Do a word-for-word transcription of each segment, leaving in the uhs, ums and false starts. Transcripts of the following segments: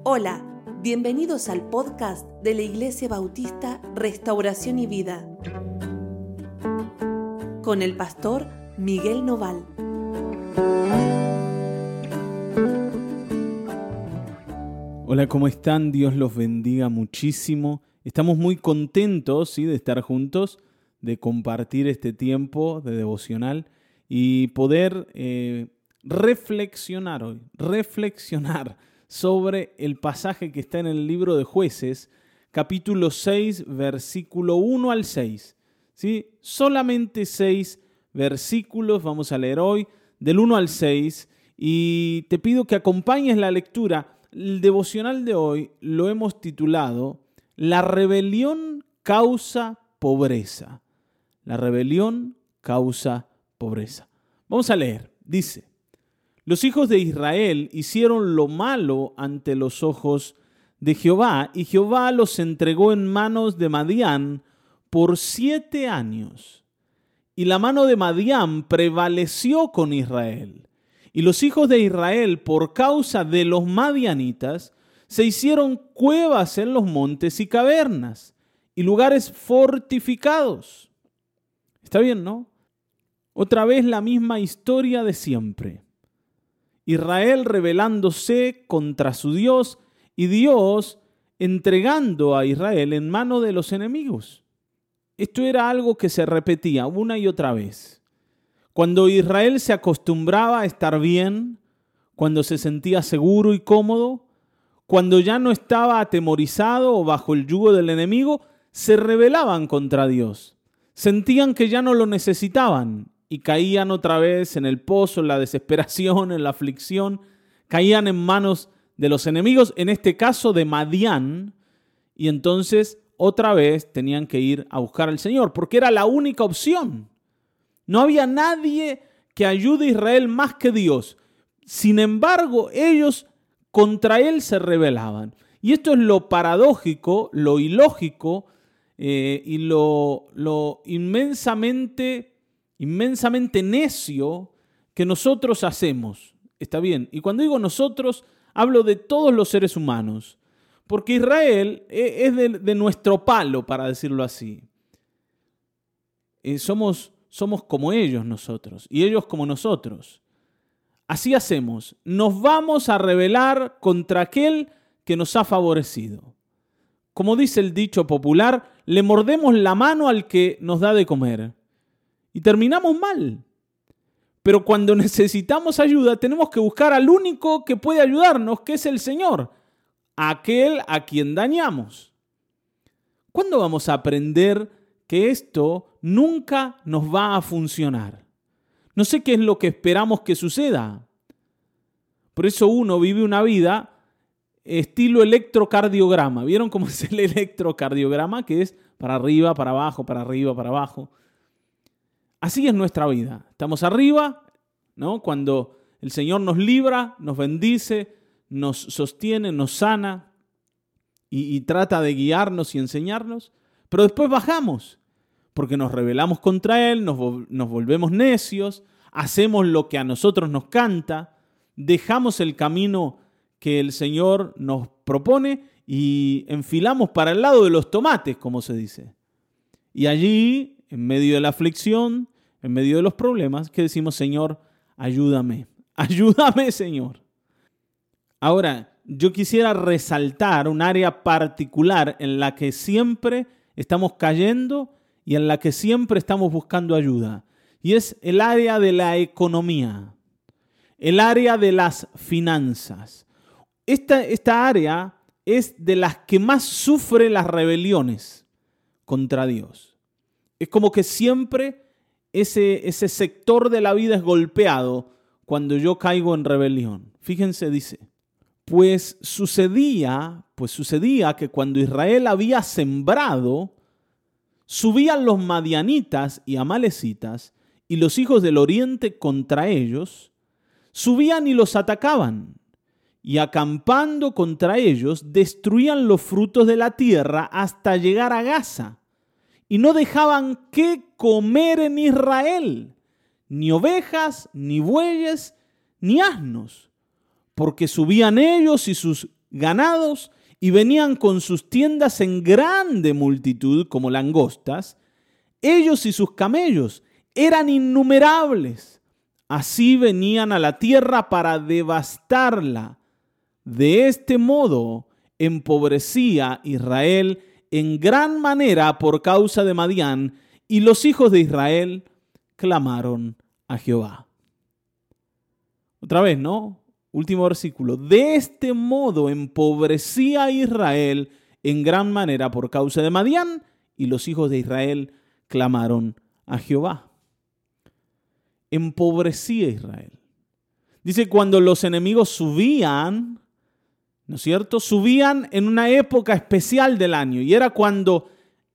Hola, bienvenidos al podcast de la Iglesia Bautista Restauración y Vida con el pastor Miguel Noval. Hola, ¿cómo están? Dios los bendiga muchísimo. Estamos muy contentos, ¿sí?, de estar juntos, de compartir este tiempo de devocional y poder eh, reflexionar hoy, reflexionar sobre el pasaje que está en el libro de Jueces, capítulo seis, versículo uno al seis. ¿Sí? Solamente seis versículos vamos a leer hoy, del uno al seis, y te pido que acompañes la lectura. El devocional de hoy lo hemos titulado La rebelión causa pobreza. La rebelión causa pobreza. Vamos a leer. Dice: Los hijos de Israel hicieron lo malo ante los ojos de Jehová, y Jehová los entregó en manos de Madián por siete años. Y la mano de Madián prevaleció con Israel. Y los hijos de Israel, por causa de los madianitas, se hicieron cuevas en los montes y cavernas, y lugares fortificados. Está bien, ¿no? Otra vez la misma historia de siempre. Israel rebelándose contra su Dios y Dios entregando a Israel en mano de los enemigos. Esto era algo que se repetía una y otra vez. Cuando Israel se acostumbraba a estar bien, cuando se sentía seguro y cómodo, cuando ya no estaba atemorizado o bajo el yugo del enemigo, se rebelaban contra Dios. Sentían que ya no lo necesitaban y caían otra vez en el pozo, en la desesperación, en la aflicción. Caían en manos de los enemigos, en este caso de Madián, y entonces otra vez tenían que ir a buscar al Señor, porque era la única opción. No había nadie que ayude a Israel más que Dios. Sin embargo, ellos contra él se rebelaban. Y esto es lo paradójico, lo ilógico eh, y lo, lo inmensamente, inmensamente necio que nosotros hacemos. Está bien. Y cuando digo nosotros, hablo de todos los seres humanos. Porque Israel es de, de nuestro palo, para decirlo así. Eh, somos, somos como ellos nosotros, y ellos como nosotros. Así hacemos. Nos vamos a rebelar contra aquel que nos ha favorecido. Como dice el dicho popular, le mordemos la mano al que nos da de comer. Y terminamos mal. Pero cuando necesitamos ayuda, tenemos que buscar al único que puede ayudarnos, que es el Señor, aquel a quien dañamos. ¿Cuándo vamos a aprender que esto nunca nos va a funcionar? No sé qué es lo que esperamos que suceda. Por eso uno vive una vida estilo electrocardiograma. ¿Vieron cómo es el electrocardiograma? Que es para arriba, para abajo, para arriba, para abajo. Así es nuestra vida. Estamos arriba, ¿no? Cuando el Señor nos libra, nos bendice, nos sostiene, nos sana y, y trata de guiarnos y enseñarnos. Pero después bajamos, porque nos rebelamos contra Él, nos, nos volvemos necios, hacemos lo que a nosotros nos canta, dejamos el camino que el Señor nos propone y enfilamos para el lado de los tomates, como se dice. Y allí, en medio de la aflicción, en medio de los problemas, que decimos: Señor, ayúdame, ayúdame, Señor. Ahora, yo quisiera resaltar un área particular en la que siempre estamos cayendo y en la que siempre estamos buscando ayuda. Y es el área de la economía, el área de las finanzas. Esta, esta área es de las que más sufre las rebeliones contra Dios. Es como que siempre ese, ese sector de la vida es golpeado cuando yo caigo en rebelión. Fíjense, dice: Pues sucedía, pues sucedía que cuando Israel había sembrado, subían los madianitas y amalecitas y los hijos del oriente contra ellos, subían y los atacaban, y acampando contra ellos, destruían los frutos de la tierra hasta llegar a Gaza, y no dejaban qué comer en Israel, ni ovejas, ni bueyes, ni asnos, porque subían ellos y sus ganados y venían con sus tiendas en grande multitud como langostas. Ellos y sus camellos eran innumerables. Así venían a la tierra para devastarla. De este modo empobrecía Israel en gran manera por causa de Madián, y los hijos de Israel clamaron a Jehová. Otra vez, ¿no? Último versículo. De este modo empobrecía Israel en gran manera por causa de Madián, y los hijos de Israel clamaron a Jehová. Empobrecía Israel. Dice, cuando los enemigos subían, ¿no es cierto? Subían en una época especial del año, y era cuando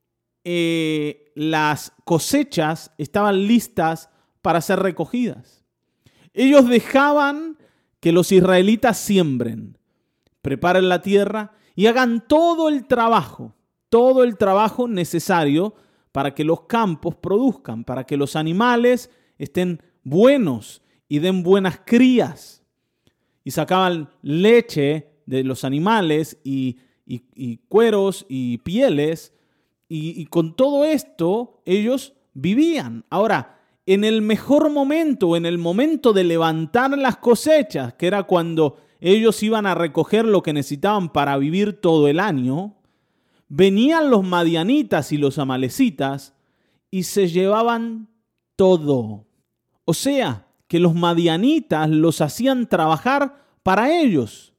eh, las cosechas estaban listas para ser recogidas. Ellos dejaban que los israelitas siembren, preparen la tierra y hagan todo el trabajo, todo el trabajo necesario para que los campos produzcan, para que los animales estén buenos y den buenas crías. Y sacaban leche de los animales y, y, y cueros y pieles, y, y con todo esto ellos vivían. Ahora, en el mejor momento, en el momento de levantar las cosechas, que era cuando ellos iban a recoger lo que necesitaban para vivir todo el año, venían los madianitas y los amalecitas y se llevaban todo. O sea, que los madianitas los hacían trabajar para ellos.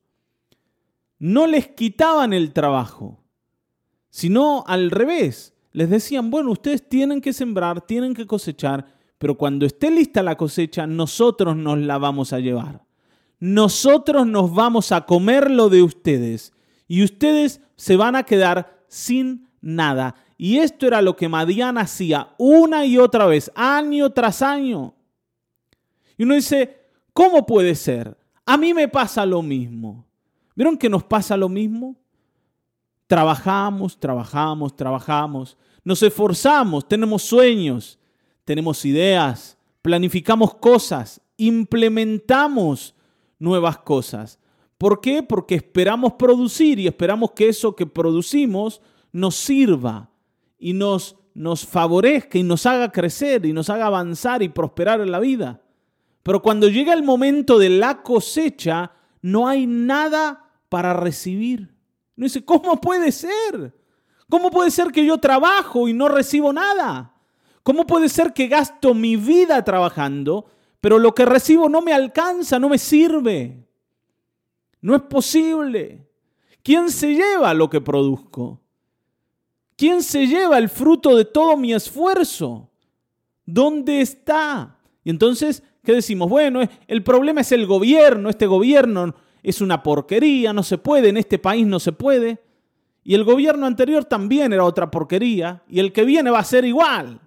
No les quitaban el trabajo, sino al revés. Les decían, bueno, ustedes tienen que sembrar, tienen que cosechar, pero cuando esté lista la cosecha, nosotros nos la vamos a llevar. Nosotros nos vamos a comer lo de ustedes y ustedes se van a quedar sin nada. Y esto era lo que Madián hacía una y otra vez, año tras año. Y uno dice, ¿cómo puede ser? A mí me pasa lo mismo. ¿Vieron que nos pasa lo mismo? Trabajamos, trabajamos, trabajamos, nos esforzamos, tenemos sueños, tenemos ideas, planificamos cosas, implementamos nuevas cosas. ¿Por qué? Porque esperamos producir y esperamos que eso que producimos nos sirva y nos, nos favorezca y nos haga crecer y nos haga avanzar y prosperar en la vida. Pero cuando llega el momento de la cosecha, no hay nada para recibir. Uno dice, ¿cómo puede ser? ¿Cómo puede ser que yo trabajo y no recibo nada? ¿Cómo puede ser que gasto mi vida trabajando, pero lo que recibo no me alcanza, no me sirve? No es posible. ¿Quién se lleva lo que produzco? ¿Quién se lleva el fruto de todo mi esfuerzo? ¿Dónde está? Y entonces, ¿qué decimos? Bueno, el problema es el gobierno, este gobierno es una porquería, no se puede, en este país no se puede. Y el gobierno anterior también era otra porquería, y el que viene va a ser igual.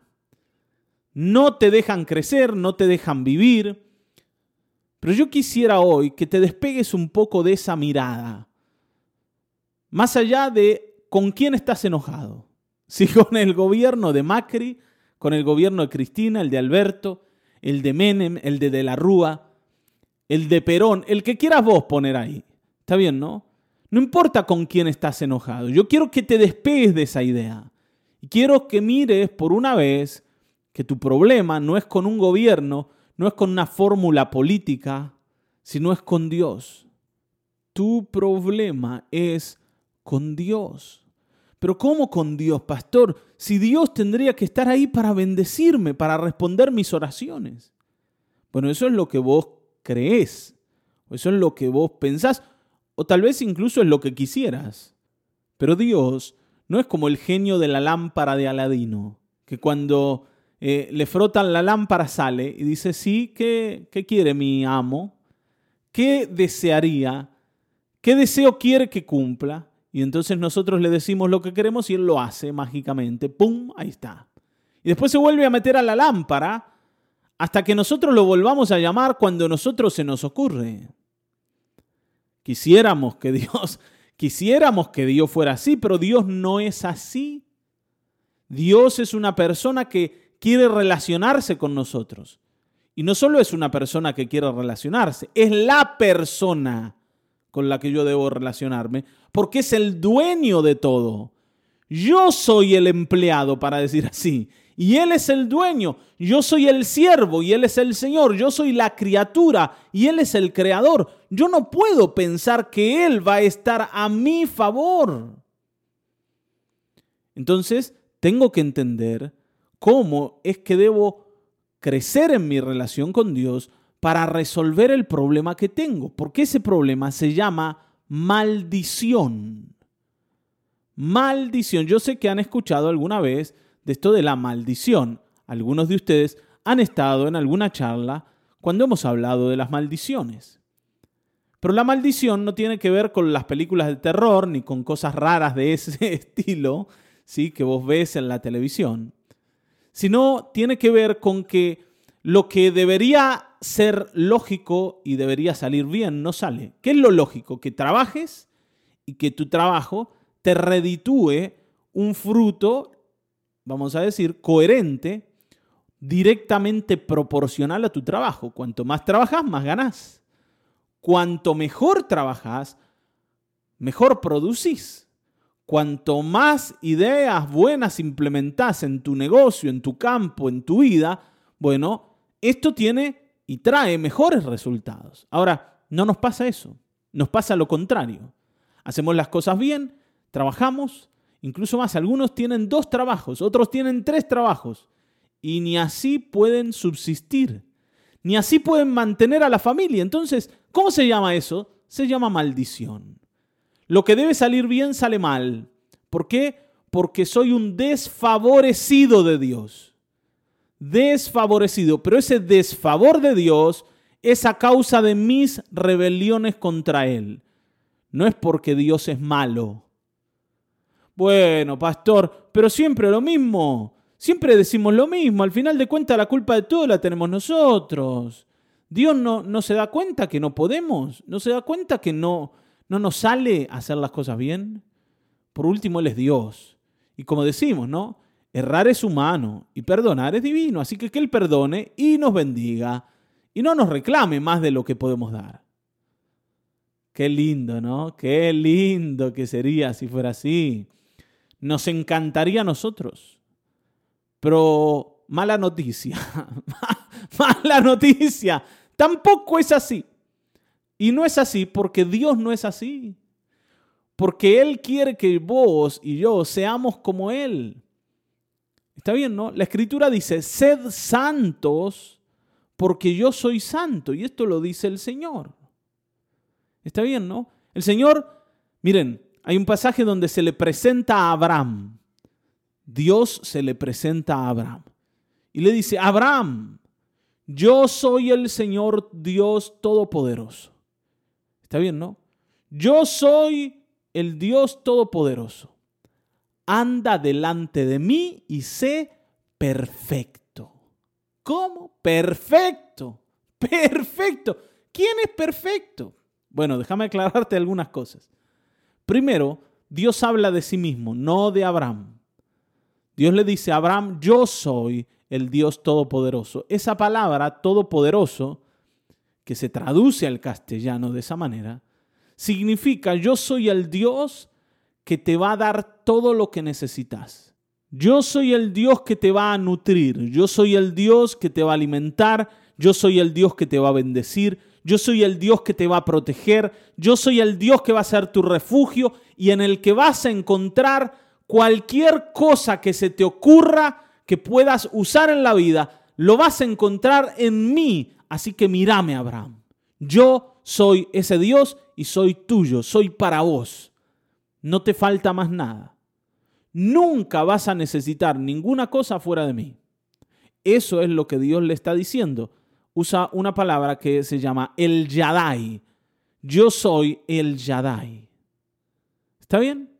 No te dejan crecer, no te dejan vivir. Pero yo quisiera hoy que te despegues un poco de esa mirada. Más allá de con quién estás enojado. Si con el gobierno de Macri, con el gobierno de Cristina, el de Alberto, el de Menem, el de De la Rúa, el de Perón, el que quieras vos poner ahí. Está bien, ¿no? No importa con quién estás enojado. Yo quiero que te despegues de esa idea. Y quiero que mires por una vez que tu problema no es con un gobierno, no es con una fórmula política, sino es con Dios. Tu problema es con Dios. Pero ¿cómo con Dios, pastor? Si Dios tendría que estar ahí para bendecirme, para responder mis oraciones. Bueno, eso es lo que vos creés, o eso es lo que vos pensás, o tal vez incluso es lo que quisieras. Pero Dios no es como el genio de la lámpara de Aladino, que cuando eh, le frotan la lámpara sale y dice, sí, ¿qué, qué quiere mi amo? ¿Qué desearía? ¿Qué deseo quiere que cumpla? Y entonces nosotros le decimos lo que queremos y él lo hace mágicamente. ¡Pum! Ahí está. Y después se vuelve a meter a la lámpara hasta que nosotros lo volvamos a llamar cuando a nosotros se nos ocurre. Quisiéramos que Dios, quisiéramos que Dios fuera así, pero Dios no es así. Dios es una persona que quiere relacionarse con nosotros. Y no solo es una persona que quiere relacionarse, es la persona con la que yo debo relacionarme, porque es el dueño de todo. Yo soy el empleado, para decir así, y Él es el dueño. Yo soy el siervo y Él es el Señor. Yo soy la criatura y Él es el creador. Yo no puedo pensar que Él va a estar a mi favor. Entonces, tengo que entender cómo es que debo crecer en mi relación con Dios para resolver el problema que tengo, porque ese problema se llama maldición. Maldición. Yo sé que han escuchado alguna vez de esto de la maldición. Algunos de ustedes han estado en alguna charla cuando hemos hablado de las maldiciones. Pero la maldición no tiene que ver con las películas de terror ni con cosas raras de ese estilo, ¿sí?, que vos ves en la televisión, sino tiene que ver con que lo que debería ser lógico y debería salir bien no sale. ¿Qué es lo lógico? Que trabajes y que tu trabajo te reditúe un fruto, vamos a decir, coherente, directamente proporcional a tu trabajo. Cuanto más trabajas, más ganás. Cuanto mejor trabajas, mejor producís. Cuanto más ideas buenas implementás en tu negocio, en tu campo, en tu vida, bueno, esto tiene y trae mejores resultados. Ahora, no nos pasa eso. Nos pasa lo contrario. Hacemos las cosas bien, trabajamos, incluso más, algunos tienen dos trabajos, otros tienen tres trabajos y ni así pueden subsistir, ni así pueden mantener a la familia. Entonces, ¿cómo se llama eso? Se llama maldición. Lo que debe salir bien sale mal. ¿Por qué? Porque soy un desfavorecido de Dios. Desfavorecido. Pero ese desfavor de Dios es a causa de mis rebeliones contra Él. No es porque Dios es malo. Bueno, pastor, pero siempre lo mismo. Siempre decimos lo mismo. Al final de cuentas, la culpa de todo la tenemos nosotros. Dios no, no se da cuenta que no podemos. No se da cuenta que no, no nos sale hacer las cosas bien. Por último, Él es Dios. Y como decimos, ¿no? Errar es humano y perdonar es divino. Así que que Él perdone y nos bendiga. Y no nos reclame más de lo que podemos dar. Qué lindo, ¿no? Qué lindo que sería si fuera así. Nos encantaría a nosotros. Pero mala noticia. Mala noticia. Tampoco es así. Y no es así porque Dios no es así. Porque Él quiere que vos y yo seamos como Él. Está bien, ¿no? La Escritura dice, sed santos porque yo soy santo. Y esto lo dice el Señor. Está bien, ¿no? El Señor, miren, hay un pasaje donde se le presenta a Abraham. Dios se le presenta a Abraham. Y le dice, Abraham, yo soy el Señor Dios Todopoderoso. Está bien, ¿no? Yo soy el Dios Todopoderoso. Anda delante de mí y sé perfecto. ¿Cómo? Perfecto. Perfecto. ¿Quién es perfecto? Bueno, déjame aclararte algunas cosas. Primero, Dios habla de sí mismo, no de Abraham. Dios le dice a Abraham, yo soy el Dios Todopoderoso. Esa palabra, todopoderoso, que se traduce al castellano de esa manera, significa yo soy el Dios que te va a dar todo lo que necesitas. Yo soy el Dios que te va a nutrir. Yo soy el Dios que te va a alimentar. Yo soy el Dios que te va a bendecir. Yo soy el Dios que te va a proteger. Yo soy el Dios que va a ser tu refugio y en el que vas a encontrar cualquier cosa que se te ocurra que puedas usar en la vida. Lo vas a encontrar en mí. Así que mírame, Abraham. Yo soy ese Dios y soy tuyo. Soy para vos. No te falta más nada. Nunca vas a necesitar ninguna cosa fuera de mí. Eso es lo que Dios le está diciendo. Usa una palabra que se llama El Shaddai. Yo soy El Shaddai. ¿Está bien?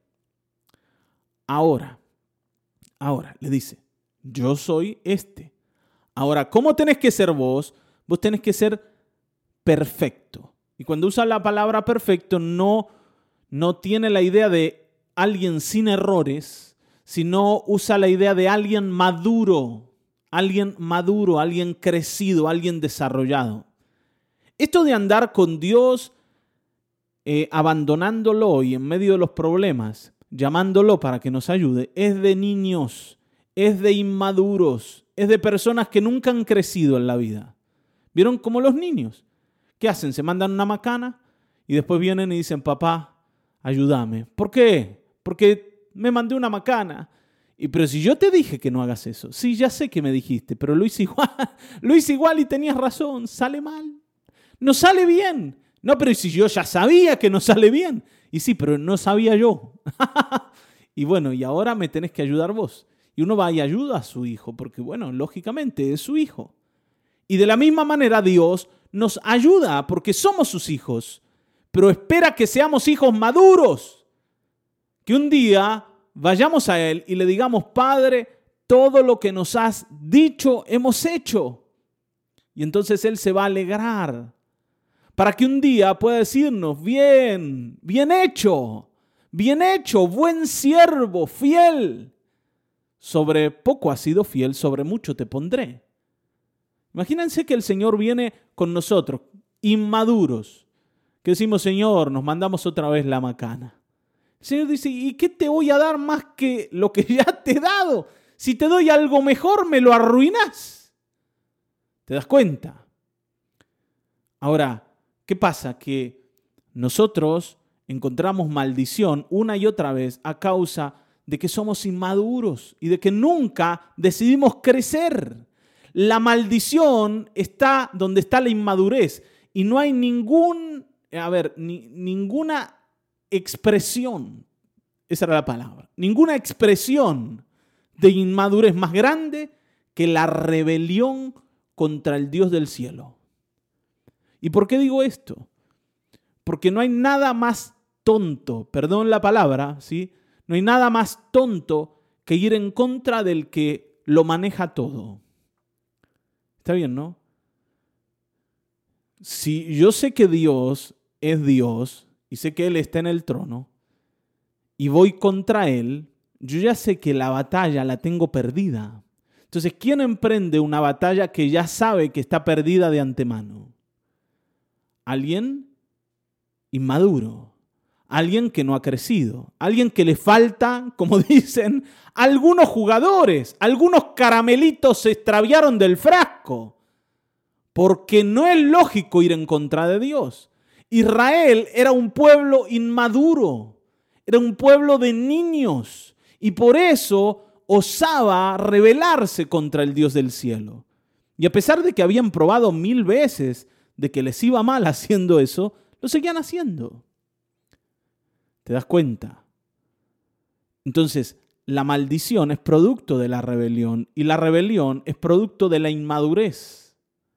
Ahora, ahora le dice, yo soy este. Ahora, ¿cómo tenés que ser vos? Vos tenés que ser perfecto. Y cuando usa la palabra perfecto, no, no tiene la idea de alguien sin errores, sino usa la idea de alguien maduro. Alguien maduro, alguien crecido, alguien desarrollado. Esto de andar con Dios eh, abandonándolo y en medio de los problemas, llamándolo para que nos ayude, es de niños, es de inmaduros, es de personas que nunca han crecido en la vida. ¿Vieron? Como los niños. ¿Qué hacen? Se mandan una macana y después vienen y dicen, papá, ayúdame. ¿Por qué? Porque me mandé una macana. Y pero si yo te dije que no hagas eso. Sí, ya sé que me dijiste, pero lo hice igual. Lo hice igual y tenías razón. Sale mal. No sale bien. No, pero si yo ya sabía que no sale bien. Y sí, pero no sabía yo. Y bueno, y ahora me tenés que ayudar vos. Y uno va y ayuda a su hijo, porque bueno, lógicamente es su hijo. Y de la misma manera Dios nos ayuda porque somos sus hijos, pero espera que seamos hijos maduros. Que un día vayamos a Él y le digamos, Padre, todo lo que nos has dicho hemos hecho. Y entonces Él se va a alegrar para que un día pueda decirnos, bien, bien hecho, bien hecho, buen siervo, fiel. Sobre poco has sido fiel, sobre mucho te pondré. Imagínense que el Señor viene con nosotros, inmaduros, que decimos, Señor, nos mandamos otra vez la macana. El Señor dice, ¿y qué te voy a dar más que lo que ya te he dado? Si te doy algo mejor, me lo arruinás. ¿Te das cuenta? Ahora, ¿qué pasa? Que nosotros encontramos maldición una y otra vez a causa de que somos inmaduros y de que nunca decidimos crecer. La maldición está donde está la inmadurez y no hay ningún, a ver, ni, ninguna expresión, esa era la palabra, ninguna expresión de inmadurez más grande que la rebelión contra el Dios del cielo. ¿Y por qué digo esto? Porque no hay nada más tonto, perdón la palabra, ¿sí? No hay nada más tonto que ir en contra del que lo maneja todo. Está bien, ¿no? Si yo sé que Dios es Dios y sé que Él está en el trono y voy contra Él, yo ya sé que la batalla la tengo perdida. Entonces, ¿quién emprende una batalla que ya sabe que está perdida de antemano? Alguien inmaduro, alguien que no ha crecido, alguien que le falta, como dicen, algunos jugadores, algunos caramelitos se extraviaron del frasco, porque no es lógico ir en contra de Dios. Israel era un pueblo inmaduro, era un pueblo de niños, y por eso osaba rebelarse contra el Dios del cielo. Y a pesar de que habían probado mil veces de que les iba mal haciendo eso, lo seguían haciendo. ¿Te das cuenta? Entonces, la maldición es producto de la rebelión y la rebelión es producto de la inmadurez.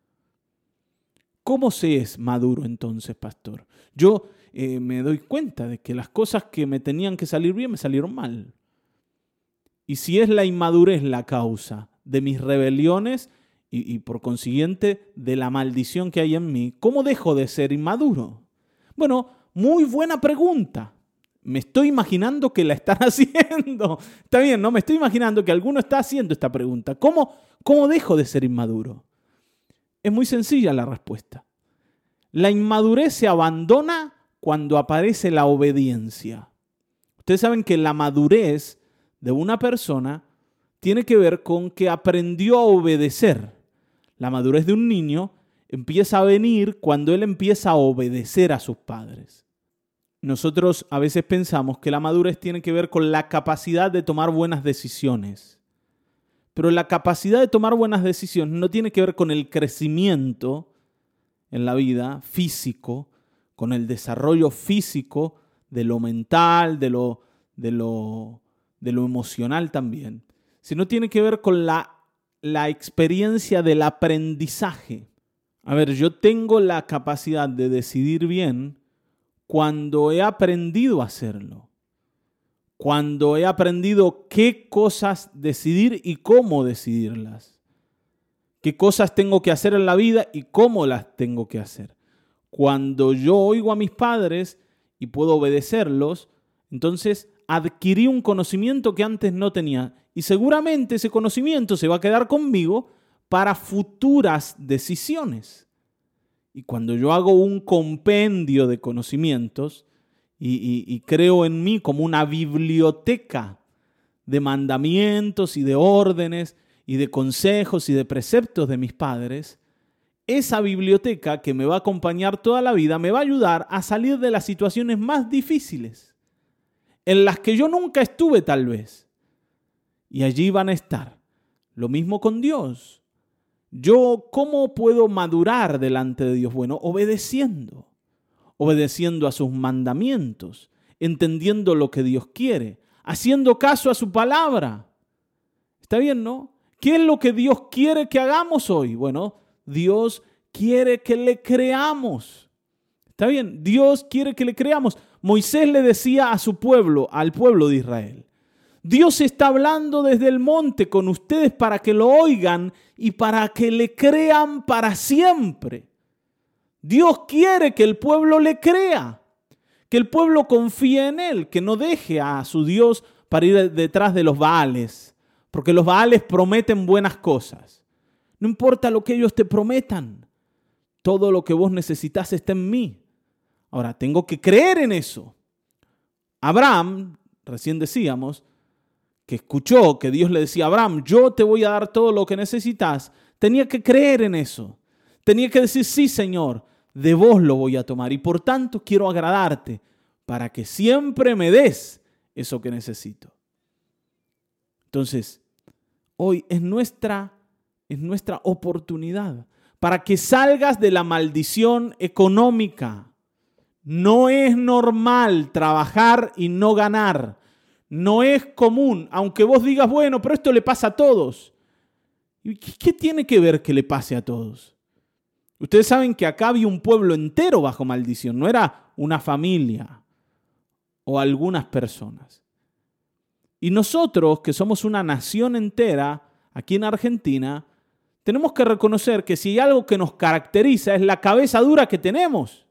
¿Cómo se es maduro entonces, pastor? Yo eh, me doy cuenta de que las cosas que me tenían que salir bien me salieron mal. Y si es la inmadurez la causa de mis rebeliones y, y por consiguiente de la maldición que hay en mí, ¿cómo dejo de ser inmaduro? Bueno, muy buena pregunta. Me estoy imaginando que la están haciendo. Está bien, ¿no? Me estoy imaginando que alguno está haciendo esta pregunta. ¿Cómo, cómo dejo de ser inmaduro? Es muy sencilla la respuesta. La inmadurez se abandona cuando aparece la obediencia. Ustedes saben que la madurez de una persona tiene que ver con que aprendió a obedecer. La madurez de un niño empieza a venir cuando él empieza a obedecer a sus padres. Nosotros a veces pensamos que la madurez tiene que ver con la capacidad de tomar buenas decisiones. Pero la capacidad de tomar buenas decisiones no tiene que ver con el crecimiento en la vida físico, con el desarrollo físico de lo mental, de lo, de lo, de lo emocional también, sino tiene que ver con la, la experiencia del aprendizaje. A ver, yo tengo la capacidad de decidir bien cuando he aprendido a hacerlo, cuando he aprendido qué cosas decidir y cómo decidirlas, qué cosas tengo que hacer en la vida y cómo las tengo que hacer. Cuando yo oigo a mis padres y puedo obedecerlos, entonces adquirí un conocimiento que antes no tenía y seguramente ese conocimiento se va a quedar conmigo para futuras decisiones. Y cuando yo hago un compendio de conocimientos y, y, y creo en mí como una biblioteca de mandamientos y de órdenes y de consejos y de preceptos de mis padres, esa biblioteca que me va a acompañar toda la vida me va a ayudar a salir de las situaciones más difíciles, en las que yo nunca estuve tal vez. Y allí van a estar. Lo mismo con Dios. Yo, ¿cómo puedo madurar delante de Dios? Bueno, obedeciendo. Obedeciendo a sus mandamientos, entendiendo lo que Dios quiere, haciendo caso a su palabra. ¿Está bien, no? ¿Qué es lo que Dios quiere que hagamos hoy? Bueno, Dios quiere que le creamos. ¿Está bien? Dios quiere que le creamos. Moisés le decía a su pueblo, al pueblo de Israel, Dios está hablando desde el monte con ustedes para que lo oigan y para que le crean para siempre. Dios quiere que el pueblo le crea, que el pueblo confíe en Él, que no deje a su Dios para ir detrás de los Baales, porque los Baales prometen buenas cosas. No importa lo que ellos te prometan, todo lo que vos necesitas está en mí. Ahora, tengo que creer en eso. Abraham, recién decíamos, que escuchó que Dios le decía, Abraham, yo te voy a dar todo lo que necesitas, tenía que creer en eso. Tenía que decir, sí, Señor, de vos lo voy a tomar y por tanto quiero agradarte para que siempre me des eso que necesito. Entonces, hoy es nuestra, es nuestra oportunidad para que salgas de la maldición económica. No es normal trabajar y no ganar. No es común, aunque vos digas, bueno, pero esto le pasa a todos. ¿Y qué tiene que ver que le pase a todos? Ustedes saben que acá había un pueblo entero bajo maldición, no era una familia o algunas personas. Y nosotros, que somos una nación entera, aquí en Argentina, tenemos que reconocer que si hay algo que nos caracteriza es la cabeza dura que tenemos.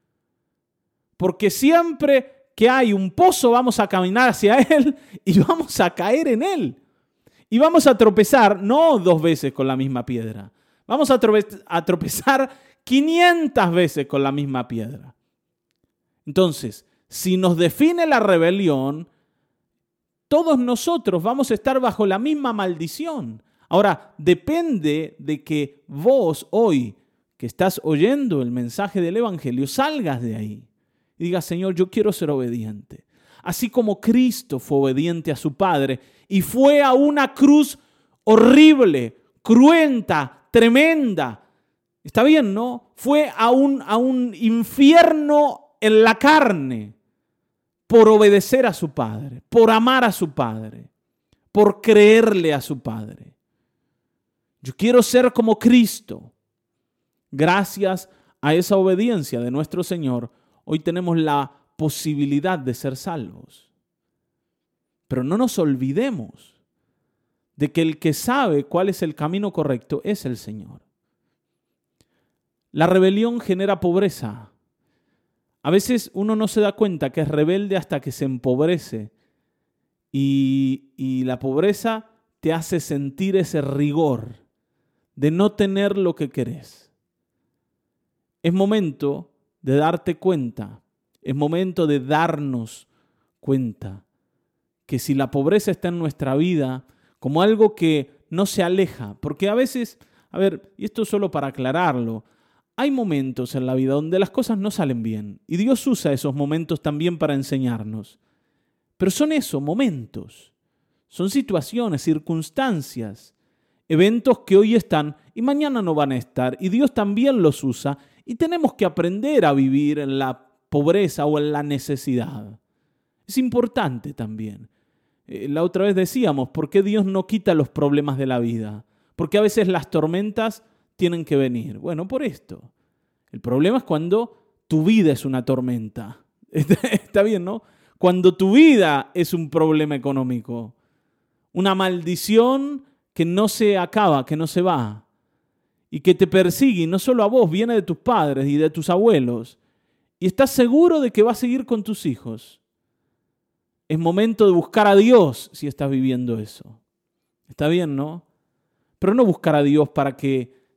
Porque siempre que hay un pozo vamos a caminar hacia él y vamos a caer en él. Y vamos a tropezar, no dos veces con la misma piedra, vamos a, trope- a tropezar quinientas veces con la misma piedra. Entonces, si nos define la rebelión, todos nosotros vamos a estar bajo la misma maldición. Ahora, depende de que vos hoy, que estás oyendo el mensaje del Evangelio, salgas de ahí. Y diga, Señor, yo quiero ser obediente. Así como Cristo fue obediente a su Padre y fue a una cruz horrible, cruenta, tremenda. Está bien, ¿no? Fue a un, a un infierno en la carne por obedecer a su Padre, por amar a su Padre, por creerle a su Padre. Yo quiero ser como Cristo. Gracias a esa obediencia de nuestro Señor, hoy tenemos la posibilidad de ser salvos. Pero no nos olvidemos de que el que sabe cuál es el camino correcto es el Señor. La rebelión genera pobreza. A veces uno no se da cuenta que es rebelde hasta que se empobrece y, y la pobreza te hace sentir ese rigor de no tener lo que querés. Es momento de darte cuenta, es momento de darnos cuenta que si la pobreza está en nuestra vida como algo que no se aleja, porque a veces, a ver, y esto solo para aclararlo, hay momentos en la vida donde las cosas no salen bien y Dios usa esos momentos también para enseñarnos. Pero son eso, momentos, son situaciones, circunstancias, eventos que hoy están y mañana no van a estar y Dios también los usa. Y tenemos que aprender a vivir en la pobreza o en la necesidad. Es importante también. Eh, la otra vez decíamos, ¿por qué Dios no quita los problemas de la vida? Porque a veces las tormentas tienen que venir. Bueno, por esto. El problema es cuando tu vida es una tormenta. Está, está bien, ¿no? Cuando tu vida es un problema económico. Una maldición que no se acaba, que no se va. Y que te persigue, y no solo a vos, viene de tus padres y de tus abuelos. Y estás seguro de que va a seguir con tus hijos. Es momento de buscar a Dios si estás viviendo eso. Está bien, ¿no? Pero no buscar a Dios para que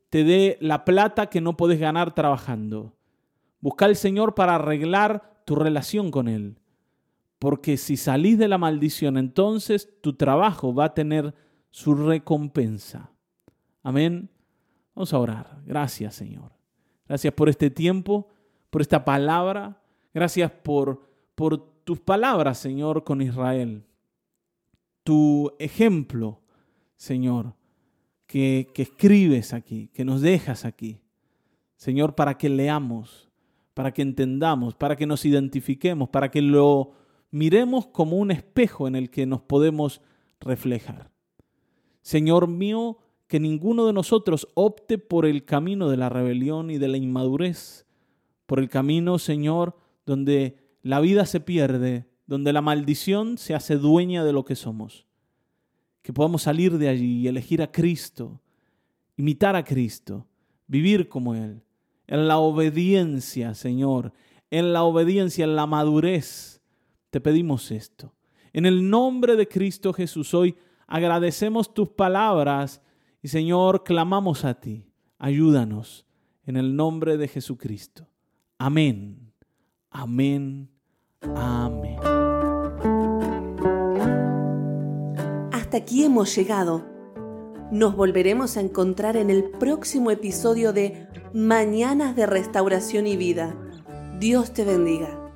te dé la plata que no podés ganar trabajando. Busca al Señor para arreglar tu relación con Él. Porque si salís de la maldición, entonces tu trabajo va a tener su recompensa. Amén. Vamos a orar. Gracias, Señor. Gracias por este tiempo, por esta palabra. Gracias por, por tus palabras, Señor, con Israel. Tu ejemplo, Señor, que, que escribes aquí, que nos dejas aquí. Señor, para que leamos, para que entendamos, para que nos identifiquemos, para que lo miremos como un espejo en el que nos podemos reflejar. Señor mío, que ninguno de nosotros opte por el camino de la rebelión y de la inmadurez, por el camino, Señor, donde la vida se pierde, donde la maldición se hace dueña de lo que somos. Que podamos salir de allí y elegir a Cristo, imitar a Cristo, vivir como Él, en la obediencia, Señor, en la obediencia, en la madurez. Te pedimos esto. En el nombre de Cristo Jesús, hoy agradecemos tus palabras y, Señor, clamamos a ti. Ayúdanos en el nombre de Jesucristo. Amén. Amén. Amén. Hasta aquí hemos llegado. Nos volveremos a encontrar en el próximo episodio de Mañanas de Restauración y Vida. Dios te bendiga.